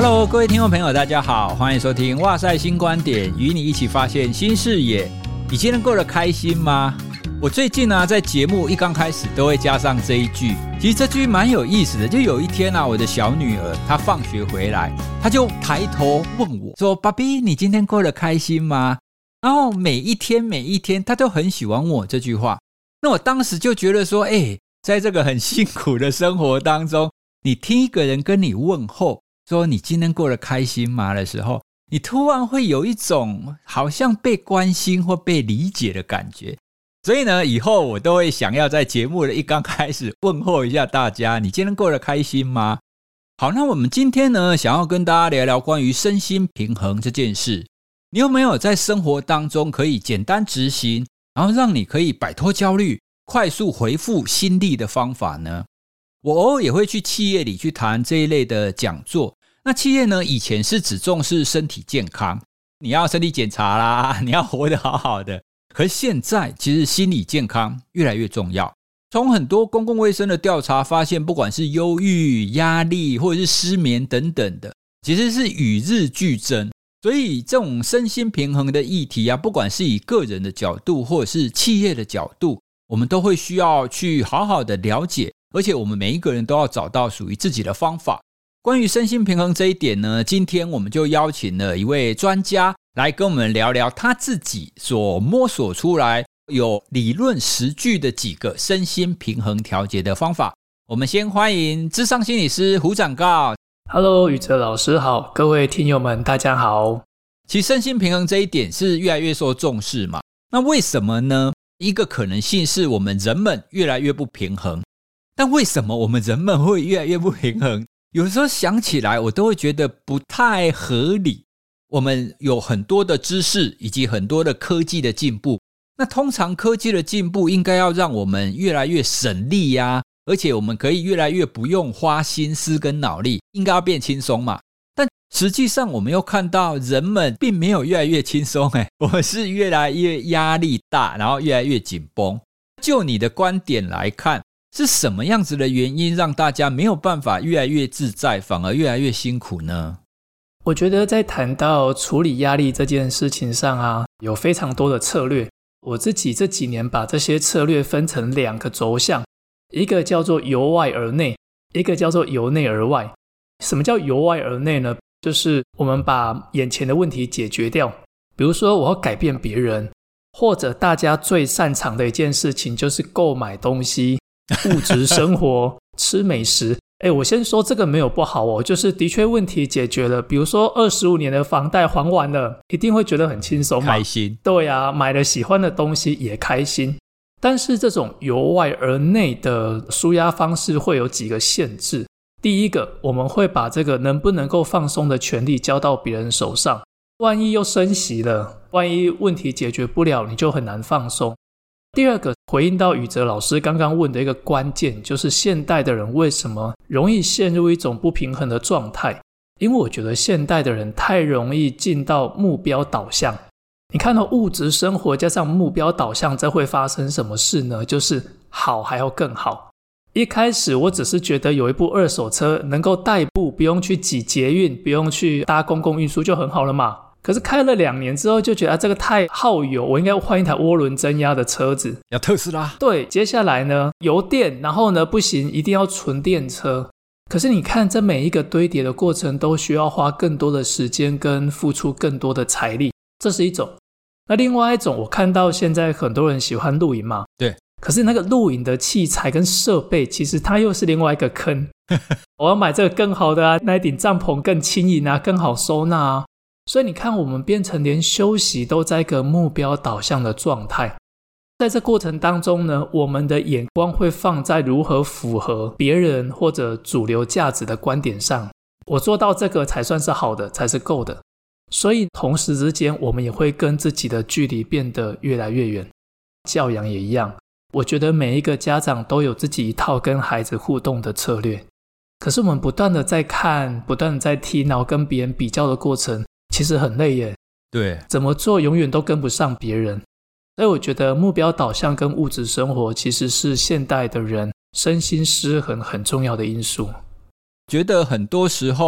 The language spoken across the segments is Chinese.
Hello， 各位听众朋友，大家好，欢迎收听哇塞新观点，与你一起发现新视野。你今天过得开心吗？我最近在节目一刚开始都会加上这一句，其实这句蛮有意思的。就有一天我的小女儿她放学回来，她就抬头问我说：“爸比，你今天过得开心吗？”然后每一天她都很喜欢问我这句话。那我当时就觉得说，在这个很辛苦的生活当中，你听一个人跟你问候说你今天过得开心吗的时候，你突然会有一种好像被关心或被理解的感觉。所以呢，以后我都会想要在节目的一刚开始问候一下大家，你今天过得开心吗？好，那我们今天呢，想要跟大家聊聊关于身心平衡这件事。你有没有在生活当中可以简单执行，然后让你可以摆脱焦虑，快速恢复心力的方法呢？我偶尔也会去企业里去谈这一类的讲座。那企业呢，以前是只重视身体健康，你要身体检查啦，你要活得好好的。可是现在其实心理健康越来越重要。从很多公共卫生的调查发现，不管是忧郁、压力或者是失眠等等的，其实是与日俱增。所以这种身心平衡的议题不管是以个人的角度或者是企业的角度，我们都会需要去好好的了解，而且我们每一个人都要找到属于自己的方法。关于身心平衡这一点呢，今天我们就邀请了一位专家来跟我们聊聊他自己所摸索出来有理论实据的几个身心平衡调节的方法。我们先欢迎諮商心理师胡展誥。 Hello， 宇哲老师好，各位听友们大家好。 其实身心平衡这一点是越来越受重视嘛，那为什么呢？一个可能性是我们人们越来越不平衡。但为什么我们人们会越来越不平衡？有时候想起来我都会觉得不太合理。我们有很多的知识以及很多的科技的进步，那通常科技的进步应该要让我们越来越省力而且我们可以越来越不用花心思跟脑力，应该要变轻松嘛。但实际上我们又看到人们并没有越来越轻松，我们是越来越压力大，然后越来越紧绷。就你的观点来看，是什么样子的原因让大家没有办法越来越自在，反而越来越辛苦呢？ 我觉得在谈到处理压力这件事情上有非常多的策略。我自己这几年把这些策略分成两个轴向，一个叫做由外而内，一个叫做由内而外。什么叫由外而内呢？就是我们把眼前的问题解决掉。比如说我要改变别人，或者大家最擅长的一件事情就是购买东西、物质生活、吃美食。我先说这个没有不好就是的确问题解决了。比如说25年的房贷还完了，一定会觉得很轻松嘛， 开心。 对买了喜欢的东西也开心。但是这种由外而内的抒压方式会有几个限制。第一个，我们会把这个能不能够放松的权利交到别人手上，万一又升息了，万一问题解决不了，你就很难放松。第二个，回应到宇哲老师刚刚问的一个关键，就是现代的人为什么容易陷入一种不平衡的状态。因为我觉得现代的人太容易进到目标导向。你看到物质生活加上目标导向，这会发生什么事呢？就是好还要更好。一开始我只是觉得有一部二手车能够代步，不用去挤捷运，不用去搭公共运输就很好了嘛。可是开了2年之后就觉得这个太耗油，我应该换一台涡轮增压的车子， 要特斯拉。 对，接下来呢油电，然后呢不行，一定要纯电车。可是你看这每一个堆叠的过程都需要花更多的时间跟付出更多的财力，这是一种。那另外一种，我看到现在很多人喜欢露营嘛， 对， 可是那个露营的器材跟设备其实它又是另外一个坑我要买这个更好的那一顶帐篷更轻盈更好收纳所以你看我们变成连休息都在一个目标导向的状态。在这过程当中呢，我们的眼光会放在如何符合别人或者主流价值的观点上，我做到这个才算是好的，才是够的。所以同时之间我们也会跟自己的距离变得越来越远。教养也一样，我觉得每一个家长都有自己一套跟孩子互动的策略，可是我们不断的在看，不断的在听，然后跟别人比较的过程其实很累耶。 对， 怎么做永远都跟不上别人。所以我觉得目标导向跟物质生活其实是现代的人身心失衡很重要的因素。 觉得很多时候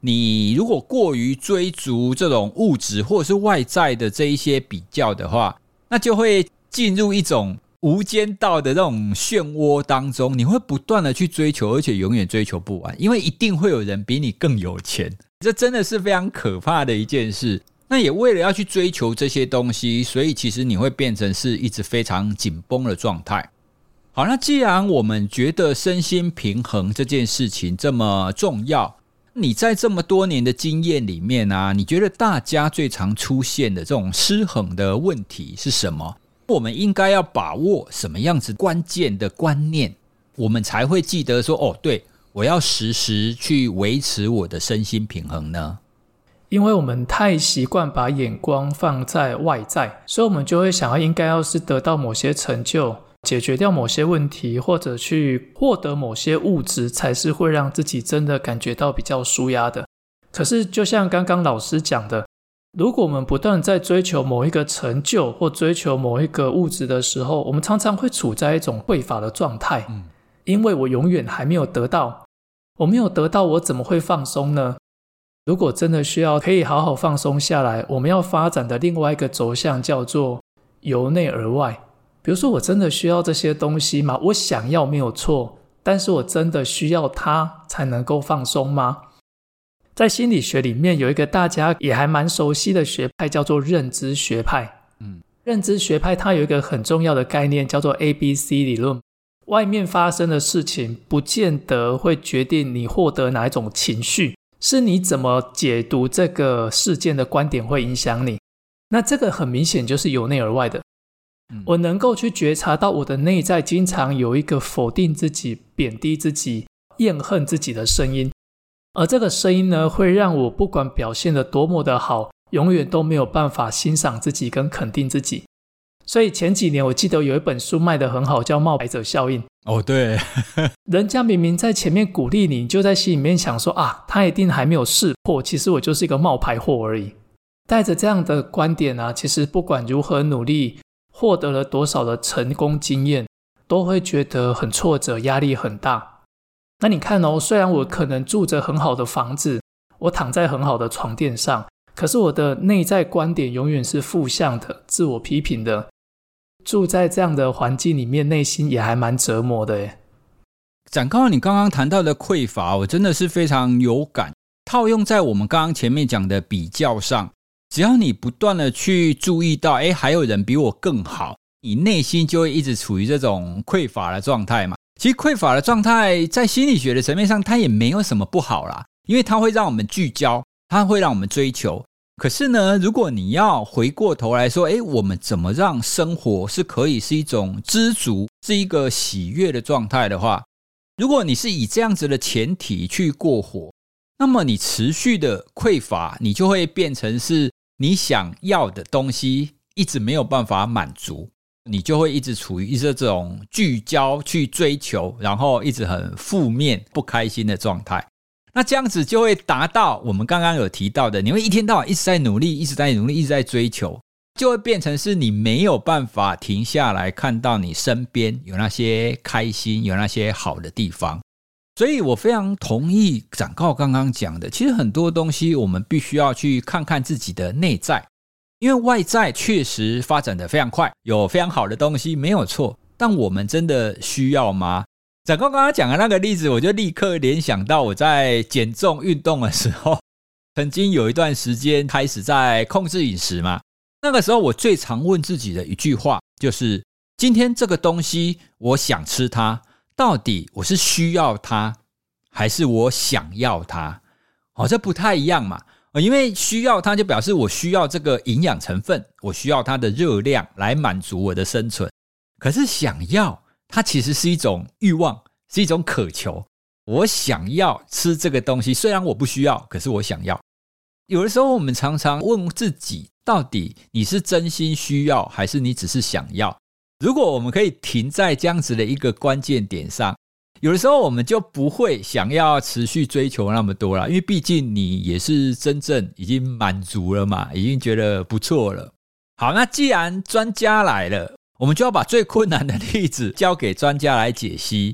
你如果过于追逐这种物质或者是外在的这一些比较的话，那就会进入一种无间道的那种漩涡当中，你会不断的去追求，而且永远追求不完，因为一定会有人比你更有钱，这真的是非常可怕的一件事。那也为了要去追求这些东西，所以其实你会变成是一直非常紧绷的状态。好，那既然我们觉得身心平衡这件事情这么重要，你在这么多年的经验里面啊，你觉得大家最常出现的这种失衡的问题是什么？我们应该要把握什么样子关键的观念，我们才会记得说，哦，对，我要时时去维持我的身心平衡呢？ 因为我们太习惯把眼光放在外在，所以我们就会想要应该要是得到某些成就，解决掉某些问题，或者去获得某些物质，才是会让自己真的感觉到比较抒压的。可是就像刚刚老师讲的，如果我们不断在追求某一个成就或追求某一个物质的时候，我们常常会处在一种匮乏的状态，因为我永远还没有得到，我没有得到，我怎么会放松呢？如果真的需要可以好好放松下来，我们要发展的另外一个走向叫做由内而外。比如说，我真的需要这些东西吗？我想要没有错，但是我真的需要它才能够放松吗？在心理学里面有一个大家也还蛮熟悉的学派叫做认知学派。认知学派它有一个很重要的概念叫做 ABC 理论。外面发生的事情不见得会决定你获得哪一种情绪，是你怎么解读这个事件的观点会影响你。那这个很明显就是由内而外的。我能够去觉察到我的内在经常有一个否定自己、贬低自己、厌恨自己的声音，而这个声音呢，会让我不管表现得多么的好，永远都没有办法欣赏自己跟肯定自己。所以前几年我记得有一本书卖得很好，叫冒牌者效应。 哦，对人家明明在前面鼓励你，就在心里面想说啊，他一定还没有识破，其实我就是一个冒牌货而已。带着这样的观点啊，其实不管如何努力，获得了多少的成功经验，都会觉得很挫折，压力很大。那你看哦，虽然我可能住着很好的房子，我躺在很好的床垫上，可是我的内在观点永远是负向的，自我批评的。住在这样的环境里面，内心也还蛮折磨的耶。 展高，你刚刚谈到的匮乏，我真的是非常有感。套用在我们刚刚前面讲的比较上，只要你不断的去注意到，还有人比我更好，你内心就会一直处于这种匮乏的状态嘛。其实匮乏的状态在心理学的层面上，它也没有什么不好啦，因为它会让我们聚焦，它会让我们追求。可是呢，如果你要回过头来说，我们怎么让生活是可以是一种知足，是一个喜悦的状态的话，如果你是以这样子的前提去过活，那么你持续的匮乏，你就会变成是你想要的东西一直没有办法满足，你就会一直处于这种聚焦去追求，然后一直很负面不开心的状态。那这样子就会达到我们刚刚有提到的，你会一天到晚一直在努力，一直在努力，一直在追求，就会变成是你没有办法停下来看到你身边有那些开心，有那些好的地方。所以我非常同意展誥刚刚讲的，其实很多东西我们必须要去看看自己的内在，因为外在确实发展得非常快，有非常好的东西没有错，但我们真的需要吗？展誥刚刚讲的那个例子，我就立刻联想到我在减重运动的时候，曾经有一段时间开始在控制饮食嘛。那个时候我最常问自己的一句话就是，今天这个东西我想吃它，到底我是需要它还是我想要它？这不太一样嘛。因为需要它就表示我需要这个营养成分，我需要它的热量来满足我的生存。可是想要它其实是一种欲望，是一种渴求。我想要吃这个东西，虽然我不需要，可是我想要。有的时候我们常常问自己，到底你是真心需要还是你只是想要？如果我们可以停在这样子的一个关键点上，有的时候我们就不会想要持续追求那么多了，因为毕竟你也是真正已经满足了嘛，已经觉得不错了。好，那既然专家来了，我们就要把最困难的例子交给专家来解析。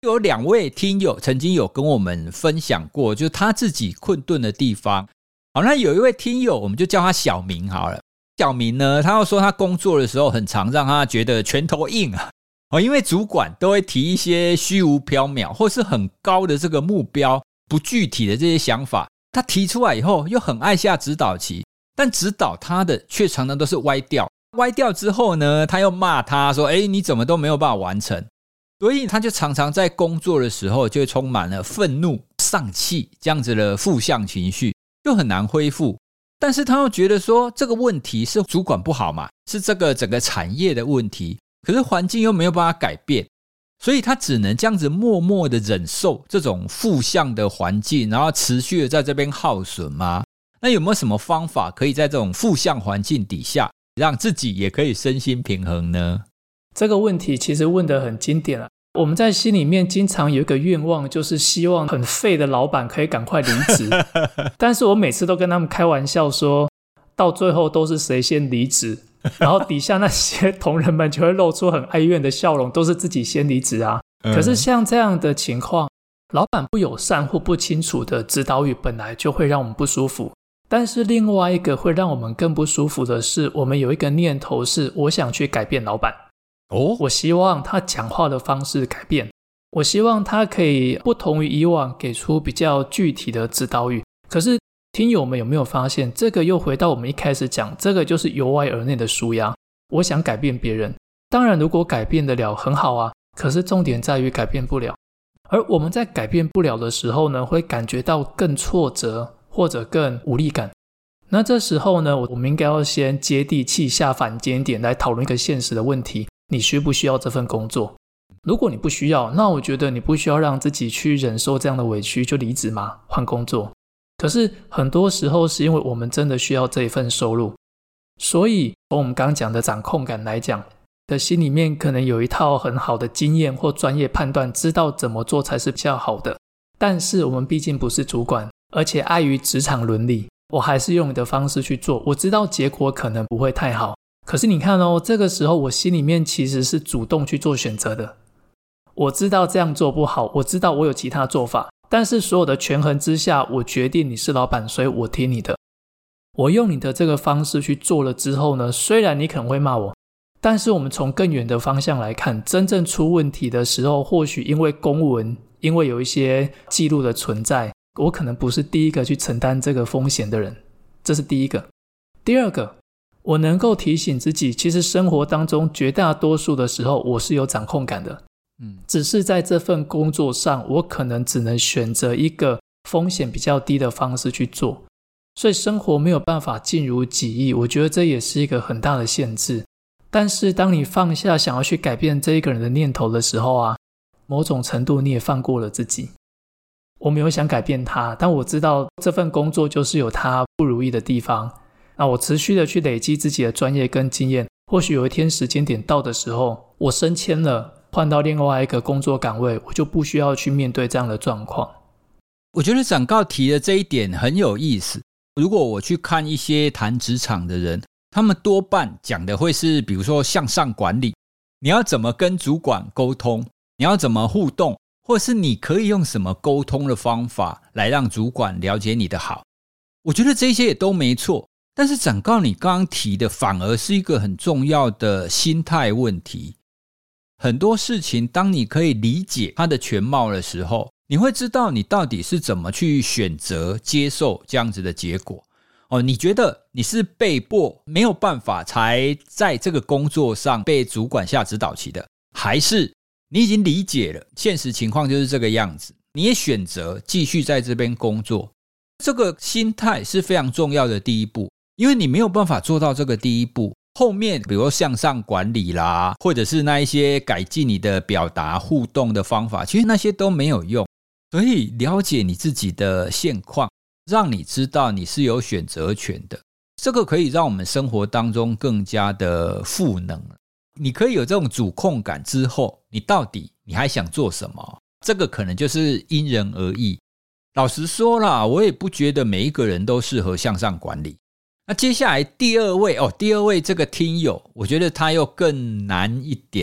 有2位听友曾经有跟我们分享过，就是他自己困顿的地方。好，那有一位听友，我们就叫他小明好了。小明呢，他要说他工作的时候很常让他觉得拳头硬啊，因为主管都会提一些虚无缥缈或是很高的这个目标，不具体的这些想法，他提出来以后又很爱下指导棋，但指导他的却常常都是歪掉。歪掉之后呢，他又骂他说你怎么都没有办法完成。所以他就常常在工作的时候就会充满了愤怒、丧气这样子的负向情绪，就很难恢复。但是他又觉得说这个问题是主管不好嘛，是这个整个产业的问题，可是环境又没有办法改变，所以他只能这样子默默的忍受这种负向的环境，然后持续的在这边耗损吗？那有没有什么方法可以在这种负向环境底下让自己也可以身心平衡呢？ 这个问题其实问得很经典啊。我们在心里面经常有一个愿望，就是希望很废的老板可以赶快离职但是我每次都跟他们开玩笑说，到最后都是谁先离职，然后底下那些同仁们就会露出很哀怨的笑容，都是自己先离职啊。可是像这样的情况，老板不友善或不清楚的指导语本来就会让我们不舒服，但是另外一个会让我们更不舒服的是，我们有一个念头是我想去改变老板我希望他讲话的方式改变，我希望他可以不同于以往给出比较具体的指导语。可是听友们有没有发现，这个又回到我们一开始讲，这个就是由外而内的抒压。我想改变别人，当然如果改变得了很好啊，可是重点在于改变不了。而我们在改变不了的时候呢，会感觉到更挫折或者更无力感。那这时候呢，我们应该要先接地气下反间点来讨论一个现实的问题，你需不需要这份工作？如果你不需要，那我觉得你不需要让自己去忍受这样的委屈，就离职嘛，换工作。可是很多时候是因为我们真的需要这一份收入，所以从我们刚刚讲的掌控感来讲，的心里面可能有一套很好的经验或专业判断，知道怎么做才是比较好的。但是我们毕竟不是主管，而且碍于职场伦理，我还是用你的方式去做，我知道结果可能不会太好，可是你看这个时候我心里面其实是主动去做选择的。我知道这样做不好，我知道我有其他做法，但是所有的权衡之下，我决定你是老板，所以我听你的。我用你的这个方式去做了之后呢，虽然你可能会骂我，但是我们从更远的方向来看，真正出问题的时候，或许因为公文，因为有一些记录的存在，我可能不是第一个去承担这个风险的人，这是第一个。第二个，我能够提醒自己，其实生活当中绝大多数的时候我是有掌控感的，只是在这份工作上我可能只能选择一个风险比较低的方式去做，所以生活没有办法尽如己意，我觉得这也是一个很大的限制。但是当你放下想要去改变这一个人的念头的时候啊，某种程度你也放过了自己。我没有想改变他，但我知道这份工作就是有他不如意的地方，那我持续的去累积自己的专业跟经验，或许有一天时间点到的时候，我升迁了，换到另外一个工作岗位，我就不需要去面对这样的状况。 我觉得展誥提的这一点很有意思。如果我去看一些谈职场的人，他们多半讲的会是比如说向上管理，你要怎么跟主管沟通，你要怎么互动，或者是你可以用什么沟通的方法来让主管了解你的好。我觉得这些也都没错，但是展誥你刚刚提的反而是一个很重要的心态问题。很多事情当你可以理解它的全貌的时候，你会知道你到底是怎么去选择接受这样子的结果。你觉得你是被迫没有办法才在这个工作上被主管下指导棋的，还是你已经理解了现实情况就是这个样子，你也选择继续在这边工作？这个心态是非常重要的第一步，因为你没有办法做到这个第一步，后面比如说向上管理啦，或者是那一些改进你的表达互动的方法，其实那些都没有用。所以了解你自己的现况，让你知道你是有选择权的，这个可以让我们生活当中更加的赋能。你可以有这种主控感之后，你到底你还想做什么？这个可能就是因人而异。老实说啦，我也不觉得每一个人都适合向上管理。那接下来第二位这个听友，我觉得他又更难一点。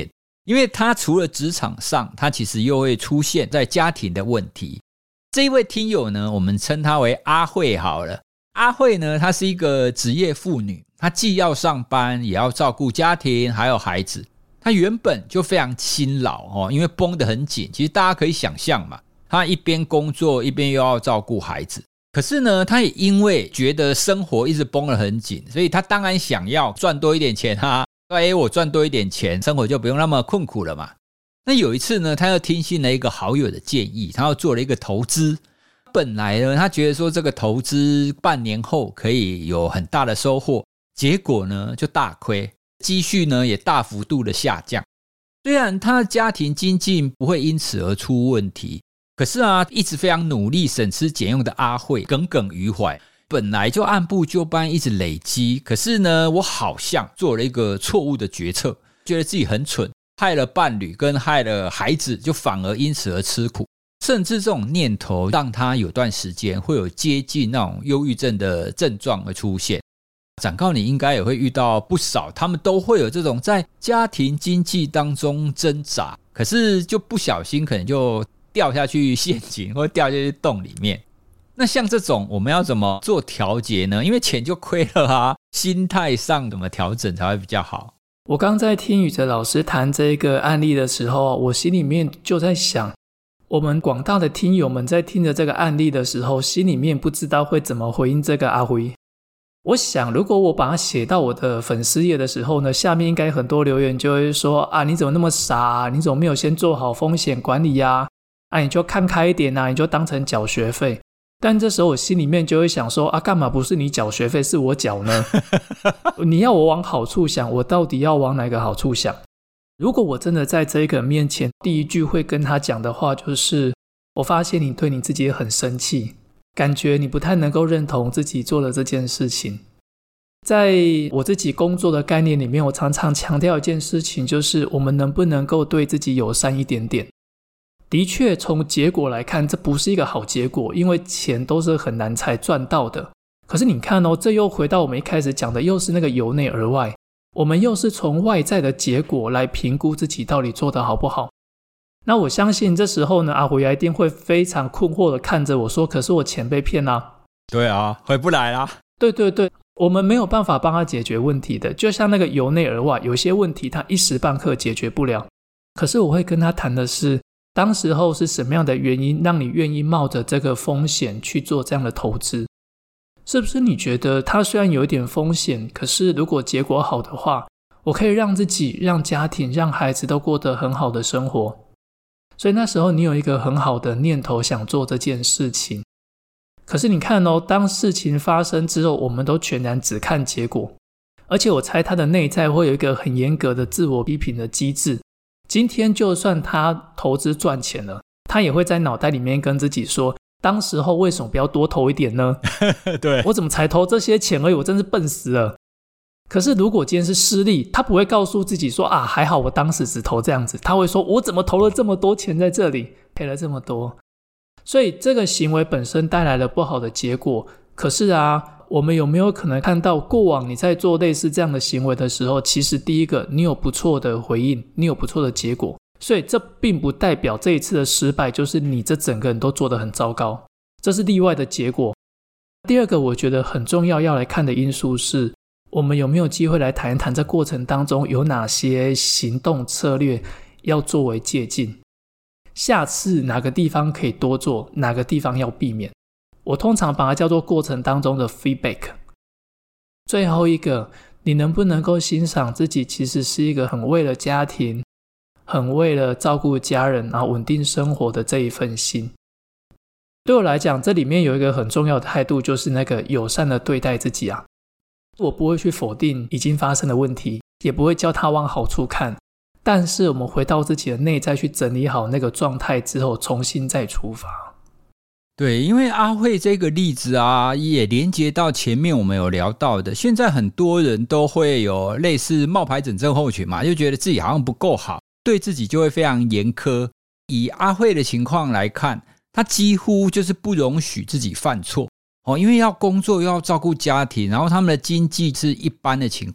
因为他除了职场上，他其实又会出现在家庭的问题。这一位听友呢，我们称他为阿慧好了。阿慧呢，她是一个职业妇女，她既要上班，也要照顾家庭还有孩子。她原本就非常辛劳因为绷得很紧，其实大家可以想象嘛，她一边工作一边又要照顾孩子。可是呢，她也因为觉得生活一直绷得很紧，所以她当然想要赚多一点钱啊。我赚多一点钱，生活就不用那么困苦了嘛。那有一次呢，她又听信了一个好友的建议，她要做了一个投资。本来呢，她觉得说这个投资半年后可以有很大的收获，结果呢就大亏，积蓄呢也大幅度的下降。虽然她的家庭经济不会因此而出问题，可是啊，一直非常努力省吃俭用的阿慧耿耿于怀，本来就按部就班一直累积，可是呢，我好像做了一个错误的决策，觉得自己很蠢，害了伴侣跟害了孩子，就反而因此而吃苦。甚至这种念头让他有段时间会有接近那种忧郁症的症状而出现。展誥你应该也会遇到不少，他们都会有这种在家庭经济当中挣扎，可是就不小心可能就掉下去陷阱或掉下去洞里面。那像这种我们要怎么做调节呢？因为钱就亏了啊，心态上怎么调整才会比较好？ 我刚在听宇哲老师谈这个案例的时候，我心里面就在想，我们广大的听友们在听着这个案例的时候，心里面不知道会怎么回应这个阿辉。我想如果我把它写到我的粉丝页的时候呢，下面应该很多留言就会说啊，你怎么那么傻啊，你怎么没有先做好风险管理啊，你就看开一点啊，你就当成缴学费。但这时候我心里面就会想说啊，干嘛不是你缴学费是我缴呢？你要我往好处想，我到底要往哪个好处想？如果我真的在这个人面前，第一句会跟他讲的话就是我发现你对你自己很生气，感觉你不太能够认同自己做的这件事情。在我自己工作的概念里面，我常常强调一件事情，就是我们能不能够对自己友善一点点。的确从结果来看，这不是一个好结果，因为钱都是很难才赚到的。可是你看这又回到我们一开始讲的，又是那个由内而外，我们又是从外在的结果来评估自己到底做得好不好。那我相信这时候呢，阿辉一定会非常困惑的看着我说，可是我钱被骗啦。 对啊，回不来啦。 对对对，我们没有办法帮他解决问题的，就像那个由内而外，有些问题他一时半刻解决不了。可是我会跟他谈的是，当时候是什么样的原因让你愿意冒着这个风险去做这样的投资？是不是你觉得它虽然有一点风险，可是如果结果好的话，我可以让自己、让家庭、让孩子都过得很好的生活？所以那时候你有一个很好的念头想做这件事情。可是你看当事情发生之后，我们都全然只看结果，而且我猜他的内在会有一个很严格的自我批评的机制。今天就算他投资赚钱了，他也会在脑袋里面跟自己说，当时候为什么不要多投一点呢？ 对， 我怎么才投这些钱而已，我真是笨死了。可是如果今天是失利，他不会告诉自己说啊，还好我当时只投这样子，他会说我怎么投了这么多钱在这里，赔了这么多。所以这个行为本身带来了不好的结果。可是我们有没有可能看到过往你在做类似这样的行为的时候，其实第一个你有不错的回应，你有不错的结果，所以这并不代表这一次的失败就是你这整个人都做得很糟糕，这是例外的结果。第二个我觉得很重要要来看的因素是，我们有没有机会来谈一谈这过程当中有哪些行动策略要作为借鉴，下次哪个地方可以多做，哪个地方要避免。我通常把它叫做过程当中的 feedback。 最后一个，你能不能够欣赏自己其实是一个很为了家庭，很为了照顾家人然后稳定生活的这一份心。对我来讲，这里面有一个很重要的态度，就是那个友善的对待自己我不会去否定已经发生的问题，也不会叫他往好处看，但是我们回到自己的内在去整理好那个状态之后，重新再出发。 对，因为阿慧这个例子也连接到前面我们有聊到的，现在很多人都会有类似冒牌者症候群嘛，就觉得自己好像不够好，对自己就会非常严苛。以阿慧的情况来看，他几乎就是不容许自己犯错因为要工作又要照顾家庭，然后他们的经济是一般的情况，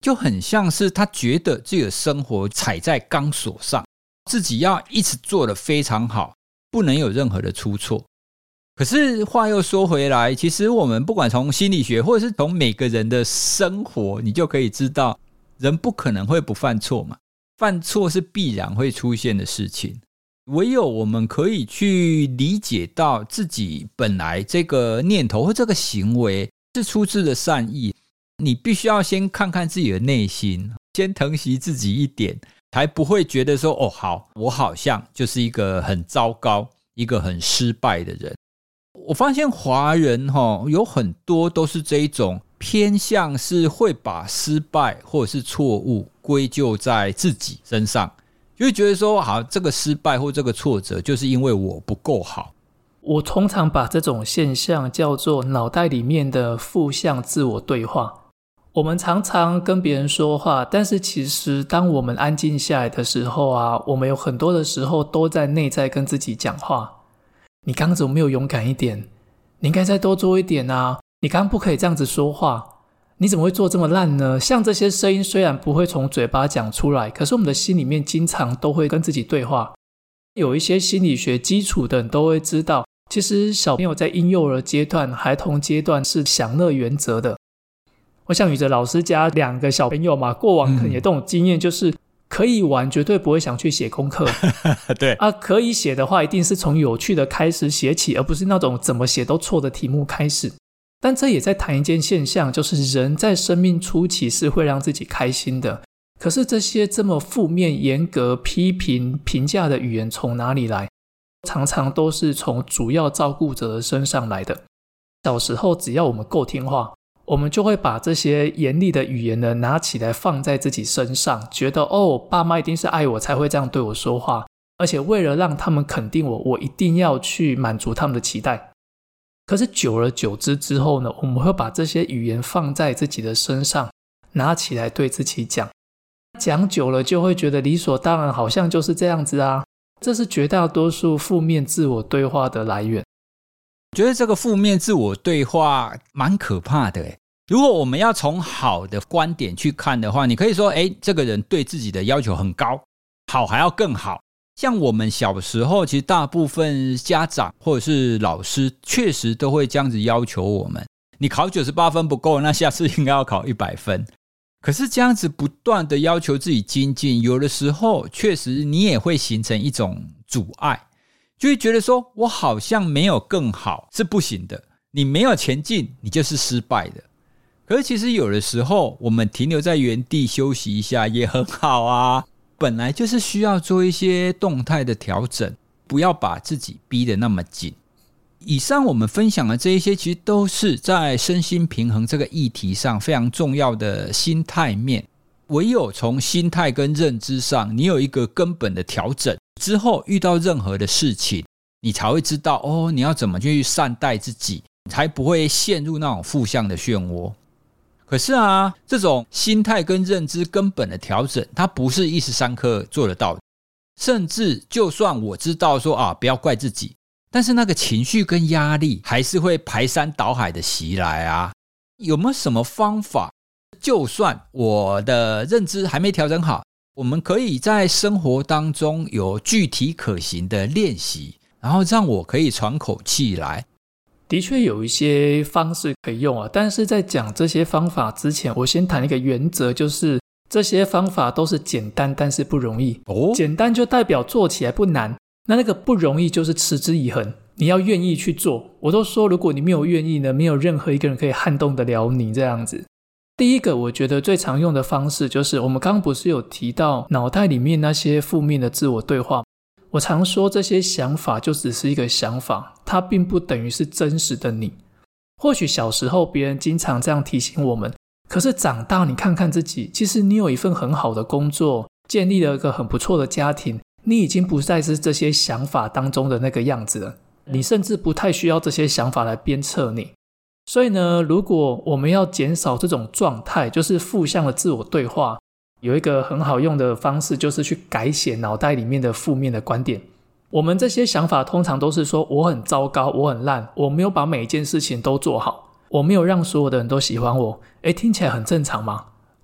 就很像是他觉得自己的生活踩在钢索上，自己要一直做得非常好，不能有任何的出错。可是话又说回来，其实我们不管从心理学或者是从每个人的生活，你就可以知道人不可能会不犯错嘛，犯错是必然会出现的事情。唯有我们可以去理解到自己本来这个念头或这个行为是出自的善意，你必须要先看看自己的内心，先疼惜自己一点，才不会觉得说好，我好像就是一个很糟糕一个很失败的人。我发现华人有很多都是这一种偏向是会把失败或者是错误归咎在自己身上，就会觉得说好，这个失败或这个挫折就是因为我不够好。 我通常把这种现象叫做脑袋里面的负向自我对话。我们常常跟别人说话，但是其实当我们安静下来的时候啊，我们有很多的时候都在内在跟自己讲话。你刚刚怎么没有勇敢一点？你应该再多做一点啊！你刚刚不可以这样子说话，你怎么会做这么烂呢？像这些声音虽然不会从嘴巴讲出来，可是我们的心里面经常都会跟自己对话。有一些心理学基础的人都会知道，其实小朋友在婴幼儿阶段、孩童阶段是享乐原则的。我想宇哲老师家2个小朋友嘛，过往可能也都有经验，就是可以玩绝对不会想去写功课对啊，可以写的话一定是从有趣的开始写起，而不是那种怎么写都错的题目开始。但这也在谈一件现象，就是人在生命初期是会让自己开心的，可是这些这么负面、严格、批评、评价的语言从哪里来？常常都是从主要照顾者的身上来的。小时候只要我们够听话，我们就会把这些严厉的语言呢拿起来放在自己身上，觉得爸妈一定是爱我才会这样对我说话，而且为了让他们肯定我，我一定要去满足他们的期待。可是久而久之之后呢，我们会把这些语言放在自己的身上，拿起来对自己讲，讲久了就会觉得理所当然，好像就是这样子啊。这是绝大多数负面自我对话的来源。 我觉得这个负面自我对话蛮可怕的耶。如果我们要从好的观点去看的话，你可以说这个人对自己的要求很高，好还要更好。像我们小时候其实大部分家长或者是老师确实都会这样子要求我们，你考98分不够，那下次应该要考100分。可是这样子不断的要求自己精进，有的时候确实你也会形成一种阻碍，就会觉得说我好像没有更好是不行的，你没有前进你就是失败的。可是其实有的时候我们停留在原地休息一下也很好啊，本来就是需要做一些动态的调整，不要把自己逼得那么紧。以上我们分享的这一些其实都是在身心平衡这个议题上非常重要的心态面，唯有从心态跟认知上你有一个根本的调整之后，遇到任何的事情你才会知道你要怎么去善待自己，才不会陷入那种负向的漩涡。可是啊，这种心态跟认知根本的调整它不是一时三刻做得到的，甚至就算我知道说不要怪自己，但是那个情绪跟压力还是会排山倒海的袭来啊。有没有什么方法，就算我的认知还没调整好，我们可以在生活当中有具体可行的练习，然后让我可以喘口气来？ 的确有一些方式可以用但是在讲这些方法之前，我先谈一个原则，就是这些方法都是简单但是不容易简单就代表做起来不难，那个不容易就是持之以恒，你要愿意去做。我都说如果你没有愿意呢，没有任何一个人可以撼动得了你这样子。第一个我觉得最常用的方式就是我们刚刚不是有提到脑袋里面那些负面的自我对话，我常说这些想法就只是一个想法，它并不等于是真实的你。或许小时候别人经常这样提醒我们，可是长大你看看自己，其实你有一份很好的工作，建立了一个很不错的家庭，你已经不再是这些想法当中的那个样子了，你甚至不太需要这些想法来鞭策你。所以呢，如果我们要减少这种状态，就是负向的自我对话，有一个很好用的方式，就是去改写脑袋里面的负面的观点。我们这些想法通常都是说我很糟糕，我很烂，我没有把每一件事情都做好，我没有让所有的人都喜欢我。听起来很正常嘛，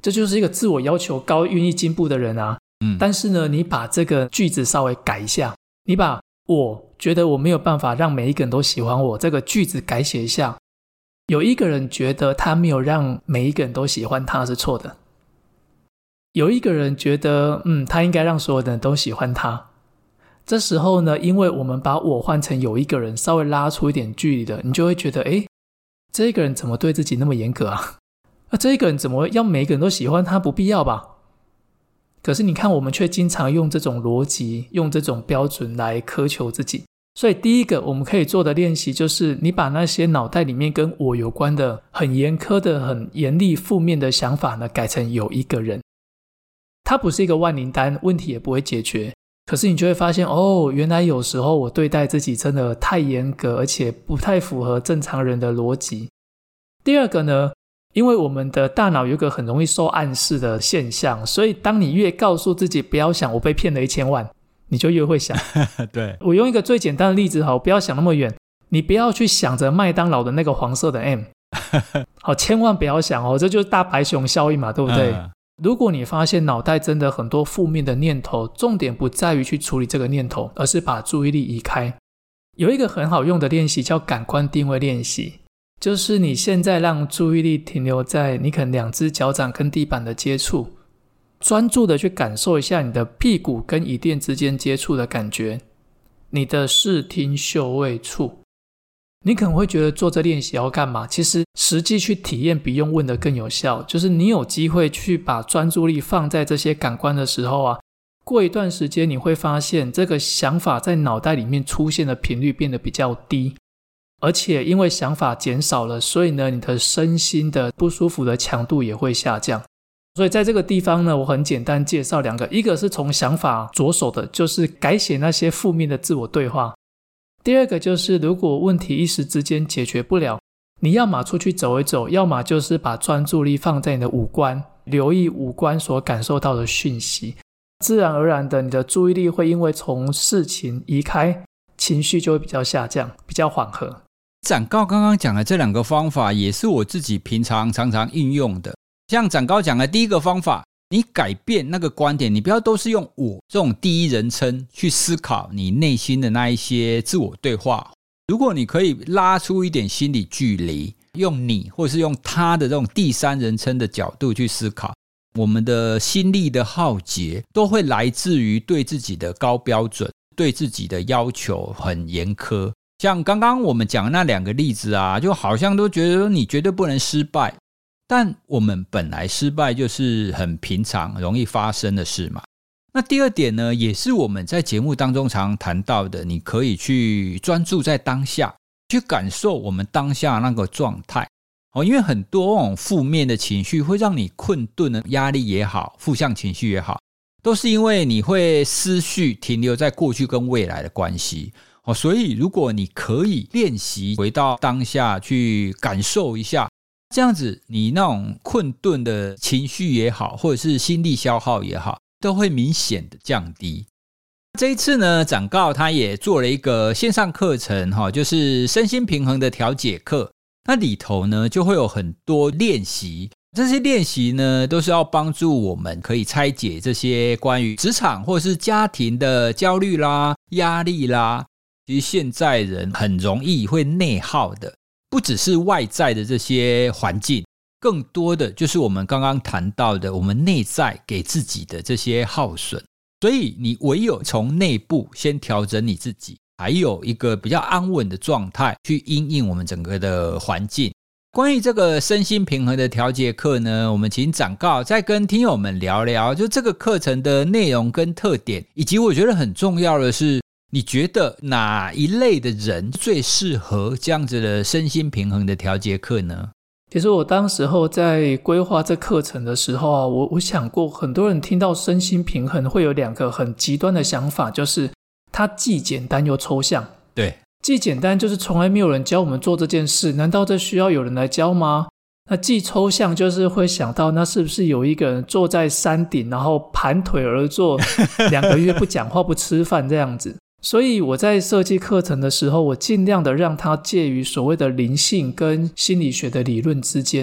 这就是一个自我要求高愿意进步的人啊。但是呢，你把这个句子稍微改一下，你把我觉得我没有办法让每一个人都喜欢我这个句子改写一下，有一个人觉得他没有让每一个人都喜欢他是错的，有一个人觉得他应该让所有的人都喜欢他。这时候呢，因为我们把我换成有一个人，稍微拉出一点距离的，你就会觉得这个人怎么对自己那么严格啊？这一个人怎么要每个人都喜欢他？不必要吧。可是你看，我们却经常用这种逻辑，用这种标准来苛求自己。所以第一个我们可以做的练习就是，你把那些脑袋里面跟我有关的很严苛的很严厉负面的想法呢，改成有一个人。它不是一个万灵丹，问题也不会解决，可是你就会发现原来有时候我对待自己真的太严格，而且不太符合正常人的逻辑。第二个呢，因为我们的大脑有一个很容易受暗示的现象，所以当你越告诉自己不要想我被骗了1000万，你就越会想。 对， 我用一个最简单的例子好，不要想那么远，你不要去想着麦当劳的那个黄色的 M 好，千万不要想这就是大白熊效应嘛，对不对？如果你发现脑袋真的很多负面的念头，重点不在于去处理这个念头，而是把注意力移开。有一个很好用的练习叫感官定位练习，就是你现在让注意力停留在你可能2只脚掌跟地板的接触，专注的去感受一下你的屁股跟椅垫之间接触的感觉，你的视听嗅味触。你可能会觉得做这练习要干嘛？其实实际去体验比用问的更有效，就是你有机会去把专注力放在这些感官的时候啊，过一段时间你会发现这个想法在脑袋里面出现的频率变得比较低，而且因为想法减少了，所以呢，你的身心的不舒服的强度也会下降。所以在这个地方呢，我很简单介绍2个，一个是从想法着手的，就是改写那些负面的自我对话。第二个就是如果问题一时之间解决不了，你要么出去走一走，要么就是把专注力放在你的五官，留意五官所感受到的讯息，自然而然的你的注意力会因为从事情移开，情绪就会比较下降，比较缓和。 展誥刚刚讲的这2个方法也是我自己平常常常运用的。像展誥讲的第一个方法，你改变那个观点，你不要都是用我这种第一人称去思考你内心的那一些自我对话。如果你可以拉出一点心理距离，用你或是用他的这种第三人称的角度去思考，我们的心力的浩劫都会来自于对自己的高标准，对自己的要求很严苛。像刚刚我们讲的那2个例子啊，就好像都觉得你绝对不能失败，但我们本来失败就是很平常容易发生的事嘛。那第二点呢，也是我们在节目当中常谈到的，你可以去专注在当下，去感受我们当下那个状态。因为很多那种负面的情绪会让你困顿的，压力也好，负向情绪也好，都是因为你会思绪停留在过去跟未来的关系。所以如果你可以练习回到当下去感受一下，这样子你那种困顿的情绪也好，或者是心力消耗也好，都会明显的降低。这一次呢，展誥他也做了一个线上课程，就是身心平衡的调解课。那里头呢就会有很多练习，这些练习呢都是要帮助我们可以拆解这些关于职场或是家庭的焦虑啦、压力啦。其实现在人很容易会内耗的，不只是外在的这些环境，更多的就是我们刚刚谈到的我们内在给自己的这些耗损。所以你唯有从内部先调整你自己，还有一个比较安稳的状态去因应我们整个的环境。关于这个身心平衡的调节课呢，我们请展誥再跟听友们聊聊，就这个课程的内容跟特点，以及我觉得很重要的是，你觉得哪一类的人最适合这样子的身心平衡的调节课呢？ 其实我当时候在规划这课程的时候啊，我想过很多人听到身心平衡会有2个很极端的想法，就是它既简单又抽象。 对， 既简单就是从来没有人教我们做这件事，难道这需要有人来教吗？那既抽象就是会想到，那是不是有一个人坐在山顶，然后盘腿而坐2个月不讲话不吃饭这样子。所以我在设计课程的时候，我尽量的让它介于所谓的灵性跟心理学的理论之间。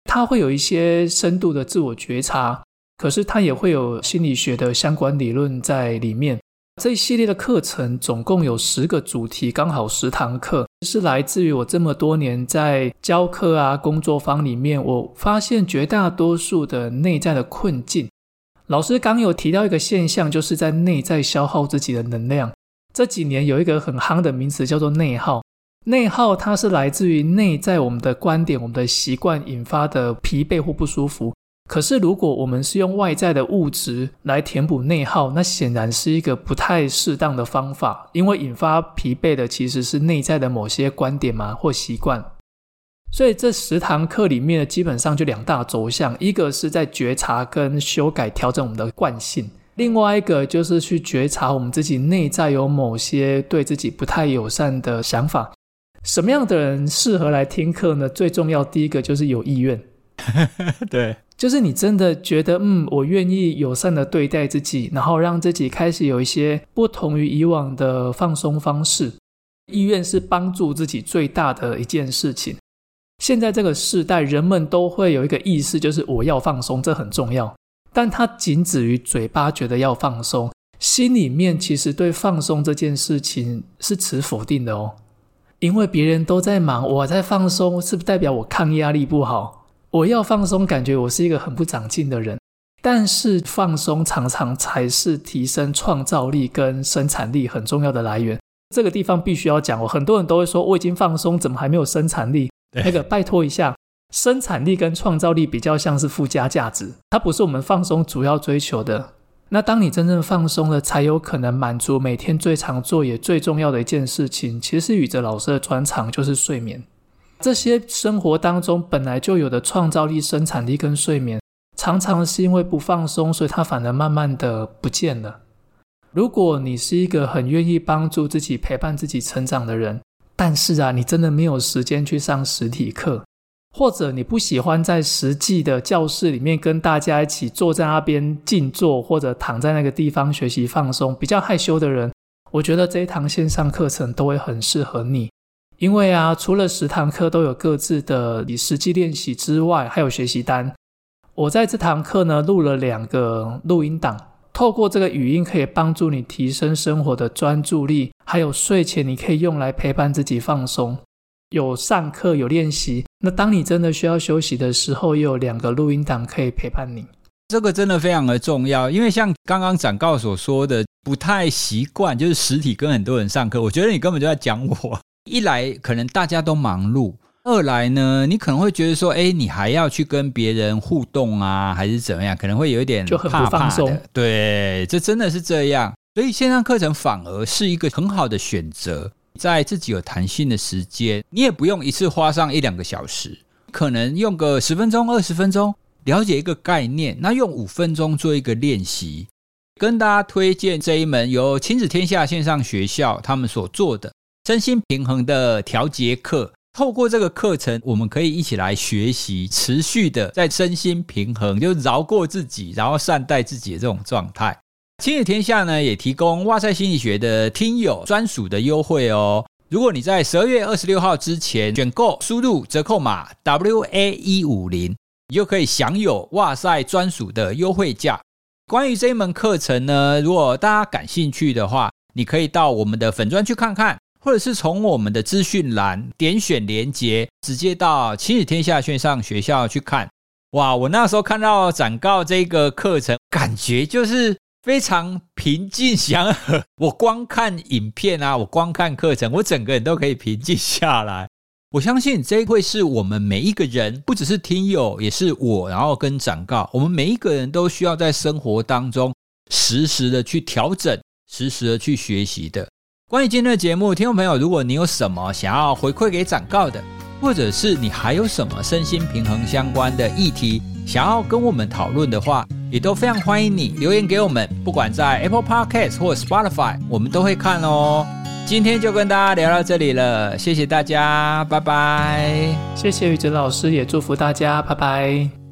它会有一些深度的自我觉察，可是它也会有心理学的相关理论在里面。这一系列的课程总共有10个主题，刚好10堂课，是来自于我这么多年在教课啊工作坊里面，我发现绝大多数的内在的困境。老师刚有提到一个现象，就是在内在消耗自己的能量。这几年有一个很夯的名词叫做内耗，内耗它是来自于内在我们的观点、我们的习惯引发的疲惫或不舒服。可是如果我们是用外在的物质来填补内耗，那显然是一个不太适当的方法，因为引发疲惫的其实是内在的某些观点嘛或习惯。所以这10堂课里面基本上就2大轴向，一个是在觉察跟修改调整我们的惯性，另外一个就是去觉察我们自己内在有某些对自己不太友善的想法。什么样的人适合来听课呢？最重要第一个就是有意愿对， 就是你真的觉得我愿意友善的对待自己，然后让自己开始有一些不同于以往的放松方式。意愿是帮助自己最大的一件事情。现在这个世代人们都会有一个意识，就是我要放松，这很重要，但它仅止于嘴巴觉得要放松，心里面其实对放松这件事情是持否定的哦。因为别人都在忙，我在放松，是不是代表我抗压力不好？我要放松，感觉我是一个很不长进的人。但是放松常常才是提升创造力跟生产力很重要的来源。这个地方必须要讲，很多人都会说我已经放松，怎么还没有生产力？那个拜托一下，生产力跟创造力比较像是附加价值，它不是我们放松主要追求的。那当你真正放松了，才有可能满足每天最常做也最重要的一件事情，其实是宇哲老师的专长，就是睡眠。这些生活当中本来就有的创造力、生产力跟睡眠，常常是因为不放松，所以它反而慢慢的不见了。如果你是一个很愿意帮助自己、陪伴自己成长的人，但是你真的没有时间去上实体课，或者你不喜欢在实际的教室里面跟大家一起坐在那边静坐，或者躺在那个地方学习放松，比较害羞的人，我觉得这一堂线上课程都会很适合你。因为除了10堂课都有各自的实际练习之外，还有学习单。我在这堂课呢录了2个录音档，透过这个语音可以帮助你提升生活的专注力，还有睡前你可以用来陪伴自己放松。有上课有练习，那当你真的需要休息的时候，也有2个录音档可以陪伴你。 这个真的非常的重要，因为像刚刚展诰所说的，不太习惯就是实体跟很多人上课，我觉得你根本就在讲我。一来可能大家都忙碌，二来呢你可能会觉得说你还要去跟别人互动啊还是怎么样，可能会有一点怕怕的，就很不放松。对，这真的是这样。所以线上课程反而是一个很好的选择，在自己有弹性的时间，你也不用一次花上1-2个小时，可能用个10分钟20分钟了解一个概念，那用5分钟做一个练习。跟大家推荐这一门由亲子天下线上学校他们所做的身心平衡的调节课。透过这个课程，我们可以一起来学习持续的在身心平衡，就饶过自己然后善待自己的这种状态。亲子天下呢也提供哇塞心理学的听友专属的优惠哦。如果你在12月26号之前选购，输入折扣码 WA150， 你就可以享有哇塞专属的优惠价。关于这一门课程呢，如果大家感兴趣的话，你可以到我们的粉专去看看，或者是从我们的资讯栏点选连结，直接到亲子天下线上学校去看。哇，我那时候看到展诰这个课程，感觉就是非常平静祥和。我光看影片我光看课程，我整个人都可以平静下来。我相信这会是我们每一个人，不只是听友，也是我，然后跟展诰，我们每一个人都需要在生活当中时时的去调整，时时的去学习的。关于今天的节目，听众朋友，如果你有什么想要回馈给展诰的，或者是你还有什么身心平衡相关的议题想要跟我们讨论的话，也都非常欢迎你留言给我们，不管在 Apple Podcast 或 Spotify 我们都会看哦。今天就跟大家聊到这里了，谢谢大家，拜拜。 谢谢宇哲老师，也祝福大家，拜拜。